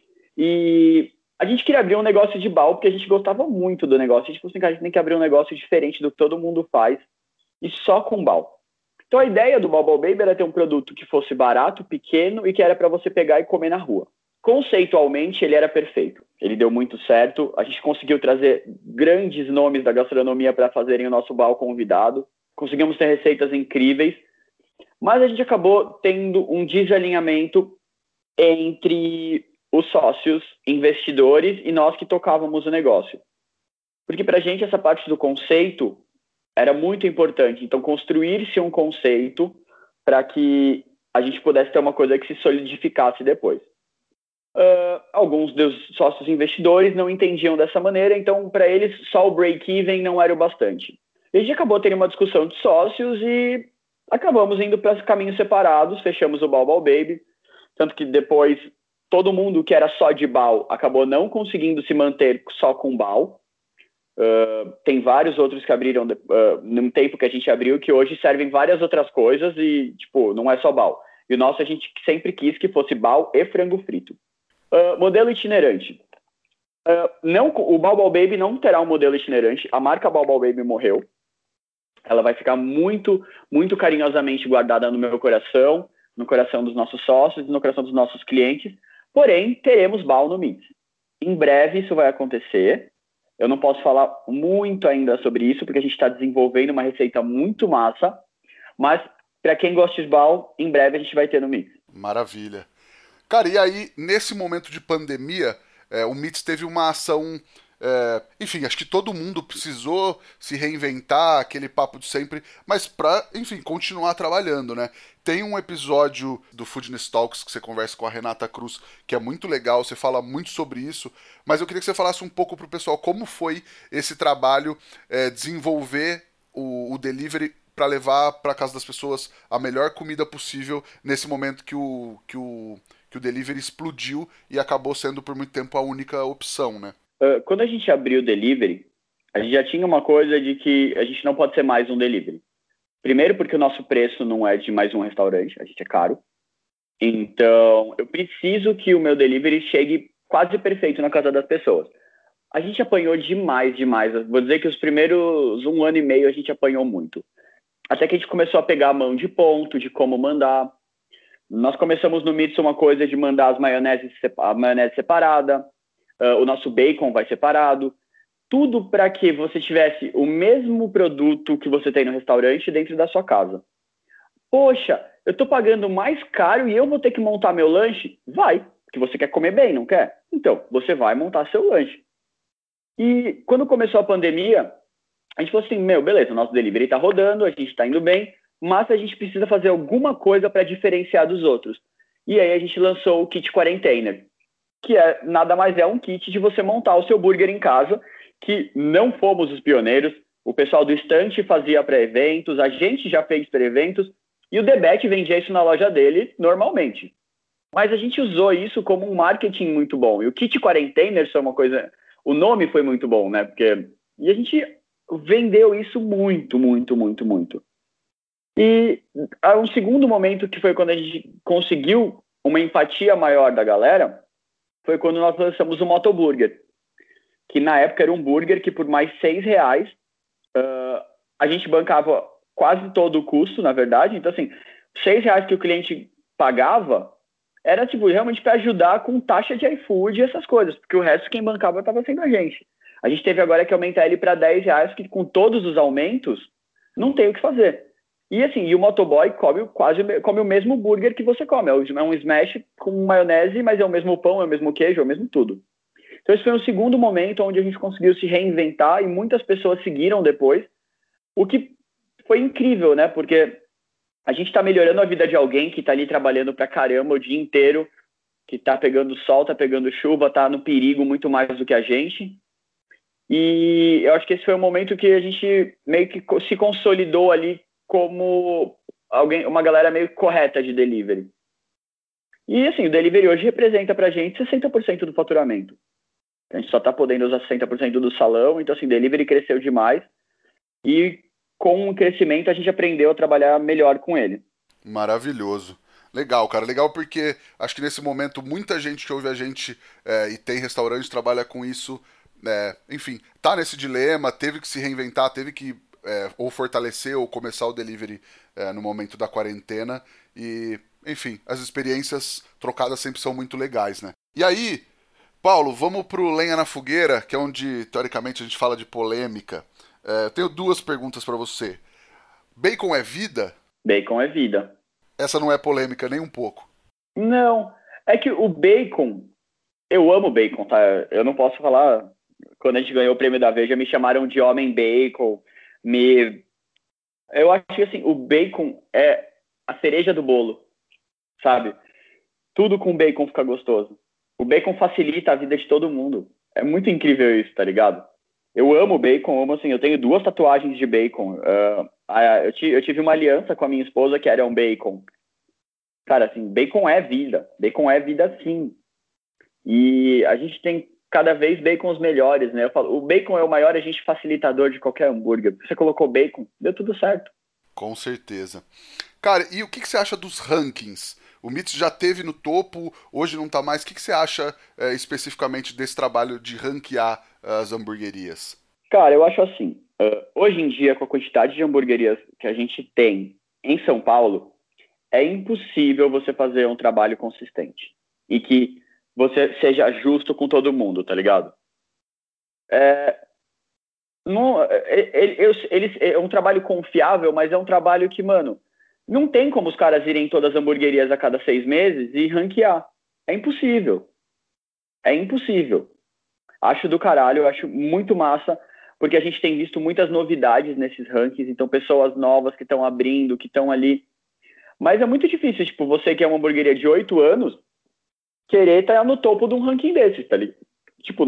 E a gente queria abrir um negócio de bal, porque a gente gostava muito do negócio. A gente falou assim, cara, a gente tem que abrir um negócio diferente do que todo mundo faz. E só com bal. Então a ideia do Baobao Baby era ter um produto que fosse barato, pequeno e que era para você pegar e comer na rua. Conceitualmente ele era perfeito, ele deu muito certo, a gente conseguiu trazer grandes nomes da gastronomia para fazerem o nosso bal convidado, conseguimos ter receitas incríveis, mas a gente acabou tendo um desalinhamento entre os sócios, investidores e nós que tocávamos o negócio. Porque para a gente essa parte do conceito era muito importante. Então, construir-se um conceito para que a gente pudesse ter uma coisa que se solidificasse depois. Alguns dos sócios investidores não entendiam dessa maneira, então, para eles, só o break-even não era o bastante. A gente acabou tendo uma discussão de sócios e acabamos indo para caminhos separados, fechamos o Baobao Baby, tanto que depois todo mundo que era só de bal acabou não conseguindo se manter só com bal. Tem vários outros que abriram no tempo que a gente abriu, que hoje servem várias outras coisas e, tipo, não é só bal. E o nosso a gente sempre quis que fosse bal e frango frito. Modelo itinerante. O Baobao Baby não terá um modelo itinerante. A marca Baobao Baby morreu. Ela vai ficar muito, muito carinhosamente guardada no meu coração, no coração dos nossos sócios e no coração dos nossos clientes. Porém, teremos bal no Mix. Em breve isso vai acontecer. Eu não posso falar muito ainda sobre isso, porque a gente está desenvolvendo uma receita muito massa, Mas, para quem gosta de bal, em breve a gente vai ter no Mix. Maravilha. Cara, e aí, nesse momento de pandemia, o MITS teve uma ação. Enfim, acho que todo mundo precisou se reinventar, aquele papo de sempre, mas pra, enfim, continuar trabalhando, né? Tem um episódio do Foodness Talks que você conversa com a Renata Cruz, que é muito legal, você fala muito sobre isso, mas eu queria que você falasse um pouco pro pessoal como foi esse trabalho, desenvolver o delivery para levar para casa das pessoas a melhor comida possível nesse momento que o delivery explodiu e acabou sendo por muito tempo a única opção, né? Quando a gente abriu o delivery, a gente já tinha uma coisa de que a gente não pode ser mais um delivery. Primeiro porque o nosso preço não é de mais um restaurante, a gente é caro. Então, eu preciso que o meu delivery chegue quase perfeito na casa das pessoas. A gente apanhou demais. Vou dizer que os primeiros 1 ano e meio a gente apanhou muito. Até que a gente começou a pegar a mão de ponto, de como mandar. Nós começamos no Mitsu uma coisa de mandar a maionese separada, o nosso bacon vai separado, tudo para que você tivesse o mesmo produto que você tem no restaurante dentro da sua casa. Poxa, eu estou pagando mais caro e eu vou ter que montar meu lanche? Vai, porque você quer comer bem, não quer? Então, você vai montar seu lanche. E quando começou a pandemia, a gente falou assim, beleza, o nosso delivery está rodando, a gente está indo bem, mas a gente precisa fazer alguma coisa para diferenciar dos outros. E aí a gente lançou o Kit Quarantainer, que nada mais é um kit de você montar o seu burger em casa, que não fomos os pioneiros, o pessoal do Estante fazia para eventos, a gente já fez para eventos, e o Debete vendia isso na loja dele normalmente. Mas a gente usou isso como um marketing muito bom. E o Kit Quarantainer foi uma coisa... O nome foi muito bom, né? E a gente vendeu isso muito. E um segundo momento, que foi quando a gente conseguiu uma empatia maior da galera, foi quando nós lançamos o Motoburger, que na época era um burger que por mais R$6, a gente bancava quase todo o custo, na verdade. Então, assim, R$6 que o cliente pagava era, tipo, realmente para ajudar com taxa de iFood e essas coisas, porque o resto quem bancava estava sendo a gente. A gente teve agora que aumentar ele para R$10, que com todos os aumentos, não tem o que fazer. E assim, o motoboy come o mesmo burger que você come. É um smash com maionese, mas é o mesmo pão, é o mesmo queijo, é o mesmo tudo. Então esse foi um segundo momento onde a gente conseguiu se reinventar e muitas pessoas seguiram depois, o que foi incrível, né? Porque a gente está melhorando a vida de alguém que está ali trabalhando pra caramba o dia inteiro, que está pegando sol, está pegando chuva, está no perigo muito mais do que a gente. E eu acho que esse foi um momento que a gente meio que se consolidou ali como uma galera meio correta de delivery. E assim, o delivery hoje representa pra gente 60% do faturamento. A gente só tá podendo usar 60% do salão, então assim, o delivery cresceu demais e com o crescimento a gente aprendeu a trabalhar melhor com ele. Maravilhoso. Legal, cara. Legal porque acho que nesse momento muita gente que ouve a gente e tem restaurante trabalha com isso, enfim, tá nesse dilema, teve que se reinventar, teve que ou fortalecer ou começar o delivery no momento da quarentena e, enfim, as experiências trocadas sempre são muito legais, né? E aí, Paulo, vamos pro Lenha na Fogueira, que é onde, teoricamente, a gente fala de polêmica. Eu tenho 2 perguntas pra você. Bacon é vida? Bacon é vida. Essa não é polêmica nem um pouco. Não, é que o bacon, eu amo bacon, tá? Eu não posso falar, quando a gente ganhou o prêmio da Veja, me chamaram de homem bacon, eu acho que assim, o bacon é a cereja do bolo, sabe? Tudo com bacon fica gostoso. O bacon facilita a vida de todo mundo. É muito incrível isso, tá ligado? Eu amo bacon, eu tenho 2 tatuagens de bacon. Eu tive uma aliança com a minha esposa que era um bacon. Cara, assim, bacon é vida. Bacon é vida sim. E a gente tem cada vez bacons melhores, né? Eu falo, o bacon é o maior agente facilitador de qualquer hambúrguer. Você colocou bacon, deu tudo certo. Com certeza. Cara, e o que você acha dos rankings? O Mitz já teve no topo, hoje não tá mais. O que você acha especificamente desse trabalho de ranquear as hamburguerias? Cara, eu acho assim, hoje em dia, com a quantidade de hamburguerias que a gente tem em São Paulo, é impossível você fazer um trabalho consistente e que você seja justo com todo mundo, tá ligado? É um trabalho confiável, mas é um trabalho que, mano, Não tem como os caras irem em todas as hamburguerias a cada 6 meses e ranquear. É impossível. É impossível. Acho do caralho, acho muito massa, porque a gente tem visto muitas novidades nesses rankings, então pessoas novas que estão abrindo, que estão ali. Mas é muito difícil, tipo, você que é uma hamburgueria de 8 anos, querer estar no topo de um ranking desses, tá ligado? Tipo,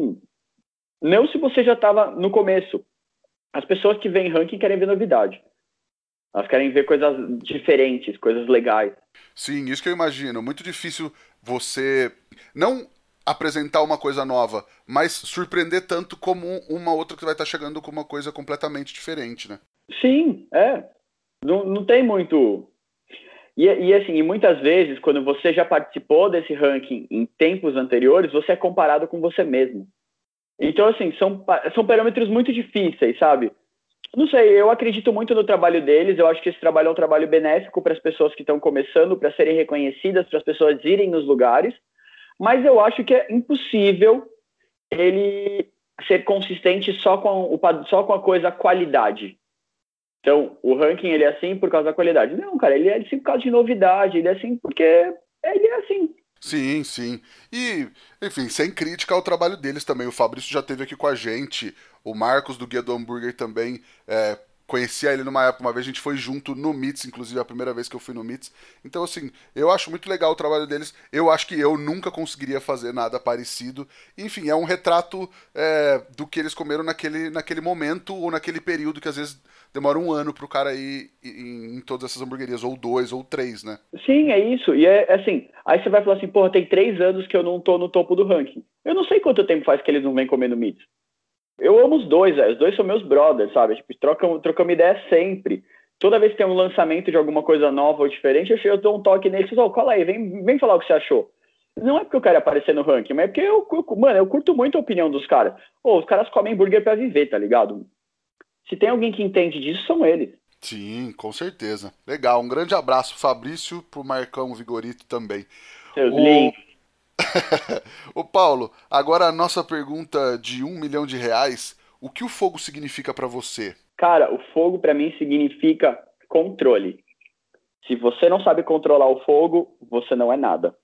não se você já estava no começo. As pessoas que veem ranking querem ver novidade. Elas querem ver coisas diferentes, coisas legais. Sim, isso que eu imagino. Muito difícil você não apresentar uma coisa nova, mas surpreender tanto como uma outra que vai estar chegando com uma coisa completamente diferente, né? Sim, é. Não tem muito... E assim, e muitas vezes, quando você já participou desse ranking em tempos anteriores, você é comparado com você mesmo. Então, assim, são parâmetros muito difíceis, sabe? Não sei, eu acredito muito no trabalho deles, eu acho que esse trabalho é um trabalho benéfico para as pessoas que estão começando, para serem reconhecidas, para as pessoas irem nos lugares, mas eu acho que é impossível ele ser consistente só com a coisa qualidade. Então, o ranking ele é assim por causa da qualidade. Não, cara, ele é assim por causa de novidade, ele é assim porque ele é assim. Sim, sim. E, enfim, sem crítica ao trabalho deles também. O Fabrício já esteve aqui com a gente, o Marcos do Guia do Hambúrguer também. Conhecia ele numa época, uma vez a gente foi junto no Meets, inclusive a primeira vez que eu fui no Meets. Então, assim, eu acho muito legal o trabalho deles. Eu acho que eu nunca conseguiria fazer nada parecido. Enfim, é um retrato do que eles comeram naquele momento ou naquele período que às vezes demora um ano pro cara ir em todas essas hamburguerias, ou 2, ou 3, né? Sim, é isso. E é assim, aí você vai falar assim, porra, tem 3 anos que eu não tô no topo do ranking. Eu não sei quanto tempo faz que eles não vêm comendo Meats. Eu amo os dois, velho. Os dois são meus brothers, sabe? Tipo, trocam ideia sempre. Toda vez que tem um lançamento de alguma coisa nova ou diferente, eu dou um toque neles e falo, cola aí, vem falar o que você achou. Não é porque eu quero aparecer no ranking, mas é porque eu curto muito a opinião dos caras. Os caras comem hambúrguer pra viver, tá ligado? Se tem alguém que entende disso, são eles. Sim, com certeza. Legal, um grande abraço, Fabrício, pro Marcão Vigorito também. Seus O... links. Ô Paulo, agora a nossa pergunta de R$ 1 milhão. O que o fogo significa pra você? Cara, o fogo pra mim significa controle. Se você não sabe controlar o fogo, você não é nada.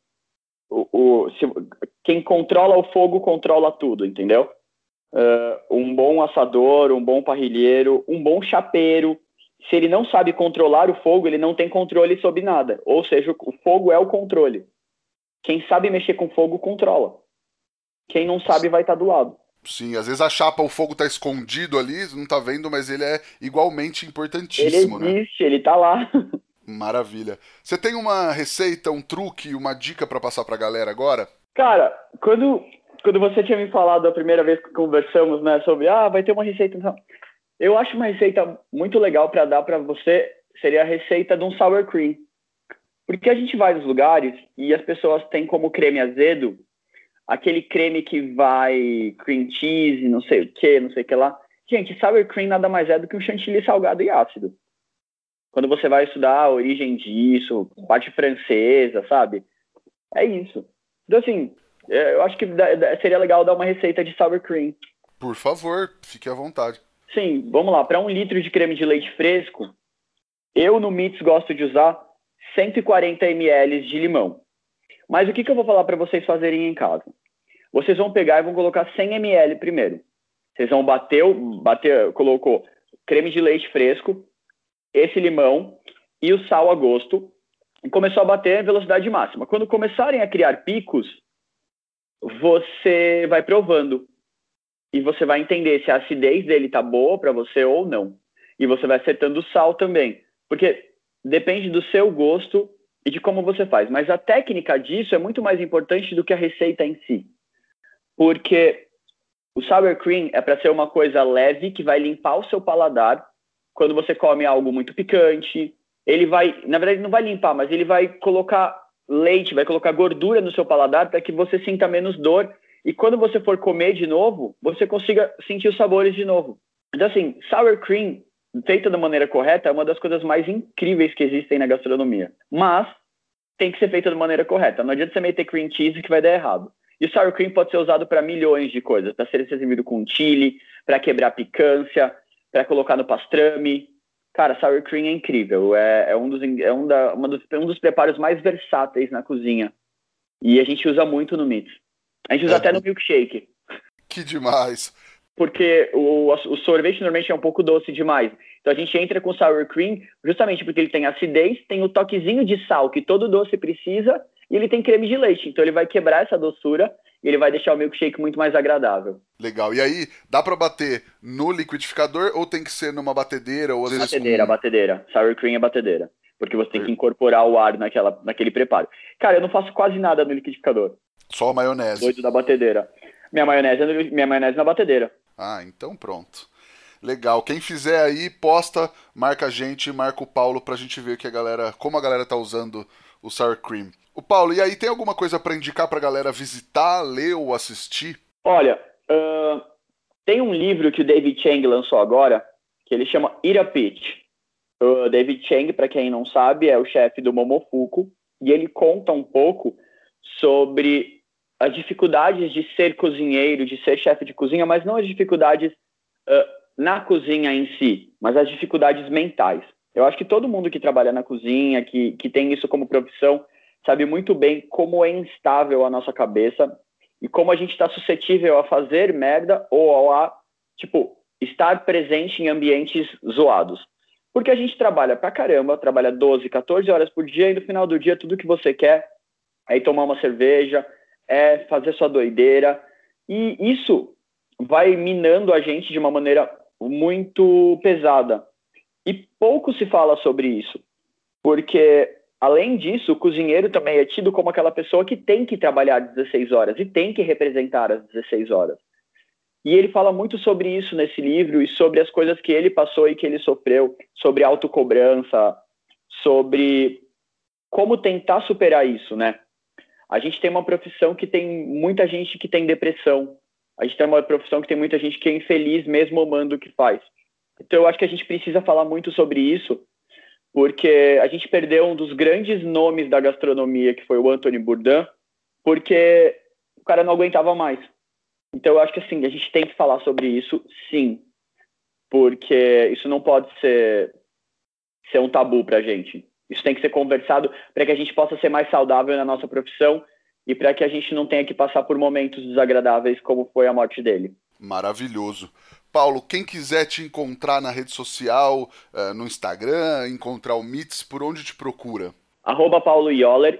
Quem controla o fogo, controla tudo, entendeu? Um bom assador, um bom parrilheiro, um bom chapeiro, se ele não sabe controlar o fogo, ele não tem controle sobre nada. Ou seja, o fogo é o controle. Quem sabe mexer com fogo, controla. Quem não sabe, vai estar do lado. Sim, às vezes a chapa, o fogo tá escondido ali, não tá vendo, mas ele é igualmente Ele importantíssimo, né? existe, ele tá lá. Maravilha. Você tem uma receita, um truque, uma dica pra passar pra galera agora? Cara, quando você tinha me falado a primeira vez que conversamos, né, sobre, vai ter uma receita. Então, eu acho uma receita muito legal para dar para você, seria a receita de um sour cream. Porque a gente vai nos lugares e as pessoas têm como creme azedo aquele creme que vai cream cheese, não sei o que lá. Gente, sour cream nada mais é do que um chantilly salgado e ácido. Quando você vai estudar a origem disso, parte francesa, sabe? É isso. Então, assim, eu acho que seria legal dar uma receita de sour cream. Por favor, fique à vontade. Sim, vamos lá. Para 1 litro de creme de leite fresco, eu no Mix gosto de usar 140 ml de limão. Mas o que eu vou falar para vocês fazerem em casa? Vocês vão pegar e vão colocar 100 ml primeiro. Vocês vão colocou creme de leite fresco, esse limão e o sal a gosto. E começou a bater em velocidade máxima. Quando começarem a criar picos, você vai provando. E você vai entender se a acidez dele tá boa para você ou não. E você vai acertando o sal também. Porque depende do seu gosto e de como você faz. Mas a técnica disso é muito mais importante do que a receita em si. Porque o sour cream é para ser uma coisa leve que vai limpar o seu paladar quando você come algo muito picante. Ele vai, na verdade, não vai limpar, mas ele vai colocar leite, vai colocar gordura no seu paladar para que você sinta menos dor. E quando você for comer de novo, você consiga sentir os sabores de novo. Então, assim, sour cream, feita da maneira correta, é uma das coisas mais incríveis que existem na gastronomia. Mas tem que ser feita da maneira correta. Não adianta você meter cream cheese que vai dar errado. E o sour cream pode ser usado para milhões de coisas. Para ser servido com chili, para quebrar picância, para colocar no pastrame. Cara, sour cream é incrível. É um dos preparos mais versáteis na cozinha. E a gente usa muito no Meats. A gente usa até no milkshake. Que demais. Porque o sorvete normalmente é um pouco doce demais. Então a gente entra com sour cream justamente porque ele tem acidez, tem o toquezinho de sal que todo doce precisa e ele tem creme de leite. Então ele vai quebrar essa doçura e ele vai deixar o milkshake muito mais agradável. Legal. E aí, dá pra bater no liquidificador ou tem que ser numa batedeira? Ou às vezes batedeira. Sour cream é batedeira. Porque você tem que incorporar o ar naquele preparo. Cara, eu não faço quase nada no liquidificador. Só a maionese. Doido da batedeira. Minha maionese na batedeira. Ah, então pronto. Legal. Quem fizer aí, posta, marca a gente, marca o Paulo pra gente ver como a galera tá usando o sour cream. O Paulo, e aí tem alguma coisa pra indicar pra galera visitar, ler ou assistir? Olha, tem um livro que o David Chang lançou agora, que ele chama Eat a Pitch. O David Chang, pra quem não sabe, é o chefe do Momofuku, e ele conta um pouco sobre as dificuldades de ser cozinheiro, de ser chefe de cozinha, mas não as dificuldades na cozinha em si, mas as dificuldades mentais. Eu acho que todo mundo que trabalha na cozinha, que tem isso como profissão, sabe muito bem como é instável a nossa cabeça e como a gente está suscetível a fazer merda ou a, estar presente em ambientes zoados. Porque a gente trabalha pra caramba, trabalha 12, 14 horas por dia e no final do dia tudo que você quer é ir tomar uma cerveja, é fazer sua doideira. E isso vai minando a gente de uma maneira muito pesada. E pouco se fala sobre isso. Porque, além disso, o cozinheiro também é tido como aquela pessoa que tem que trabalhar 16 horas e tem que representar as 16 horas. E ele fala muito sobre isso nesse livro e sobre as coisas que ele passou e que ele sofreu, sobre autocobrança, sobre como tentar superar isso, né? A gente tem uma profissão que tem muita gente que tem depressão. A gente tem uma profissão que tem muita gente que é infeliz mesmo amando o que faz. Então eu acho que a gente precisa falar muito sobre isso, porque a gente perdeu um dos grandes nomes da gastronomia, que foi o Anthony Bourdain, porque o cara não aguentava mais. Então eu acho que assim, a gente tem que falar sobre isso, sim, porque isso não pode ser um tabu pra gente. Isso tem que ser conversado para que a gente possa ser mais saudável na nossa profissão e para que a gente não tenha que passar por momentos desagradáveis como foi a morte dele. Maravilhoso. Paulo, quem quiser te encontrar na rede social, no Instagram, encontrar o Meats, por onde te procura? @Paulo Yoller,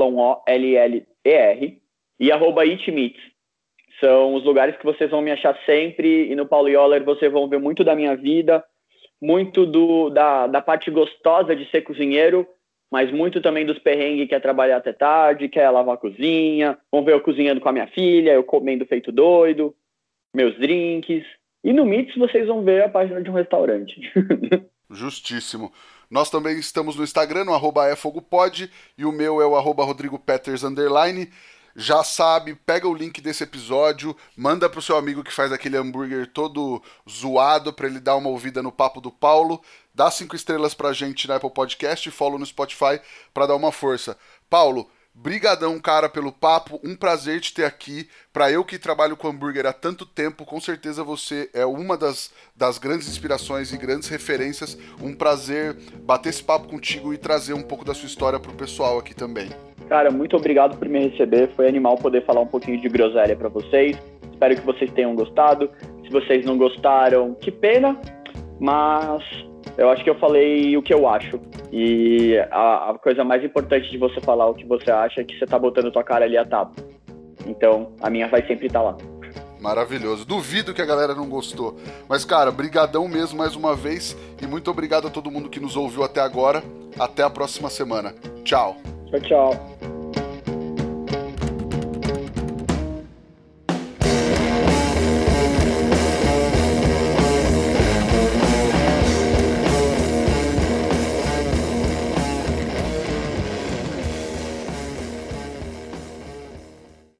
YOLLER, e @EatMeats. São os lugares que vocês vão me achar sempre, e no Paulo Yoller vocês vão ver muito da minha vida, muito da parte gostosa de ser cozinheiro, mas muito também dos perrengues, que é trabalhar até tarde, que é lavar a cozinha. Vão ver eu cozinhando com a minha filha, eu comendo feito doido, meus drinks. E no Meats vocês vão ver a página de um restaurante. Justíssimo. Nós também estamos no Instagram, no @efogopod, e o meu é o @RodrigoPeters_. Já sabe, pega o link desse episódio, manda pro seu amigo que faz aquele hambúrguer todo zoado pra ele dar uma ouvida no papo do Paulo, dá 5 estrelas pra gente na Apple Podcast e follow no Spotify pra dar uma força. Paulo, brigadão, cara, pelo papo, um prazer te ter aqui. Pra eu que trabalho com hambúrguer há tanto tempo, com certeza você é uma das grandes inspirações e grandes referências. Um prazer bater esse papo contigo e trazer um pouco da sua história pro pessoal aqui também. Cara, muito obrigado por me receber. Foi animal poder falar um pouquinho de groselha pra vocês. Espero que vocês tenham gostado. Se vocês não gostaram, que pena. Mas eu acho que eu falei o que eu acho. E a coisa mais importante de você falar o que você acha é que você tá botando tua cara ali a tapa. Então, a minha vai sempre estar lá. Maravilhoso. Duvido que a galera não gostou. Mas, cara, brigadão mesmo mais uma vez. E muito obrigado a todo mundo que nos ouviu até agora. Até a próxima semana. Tchau. Tchau, tchau.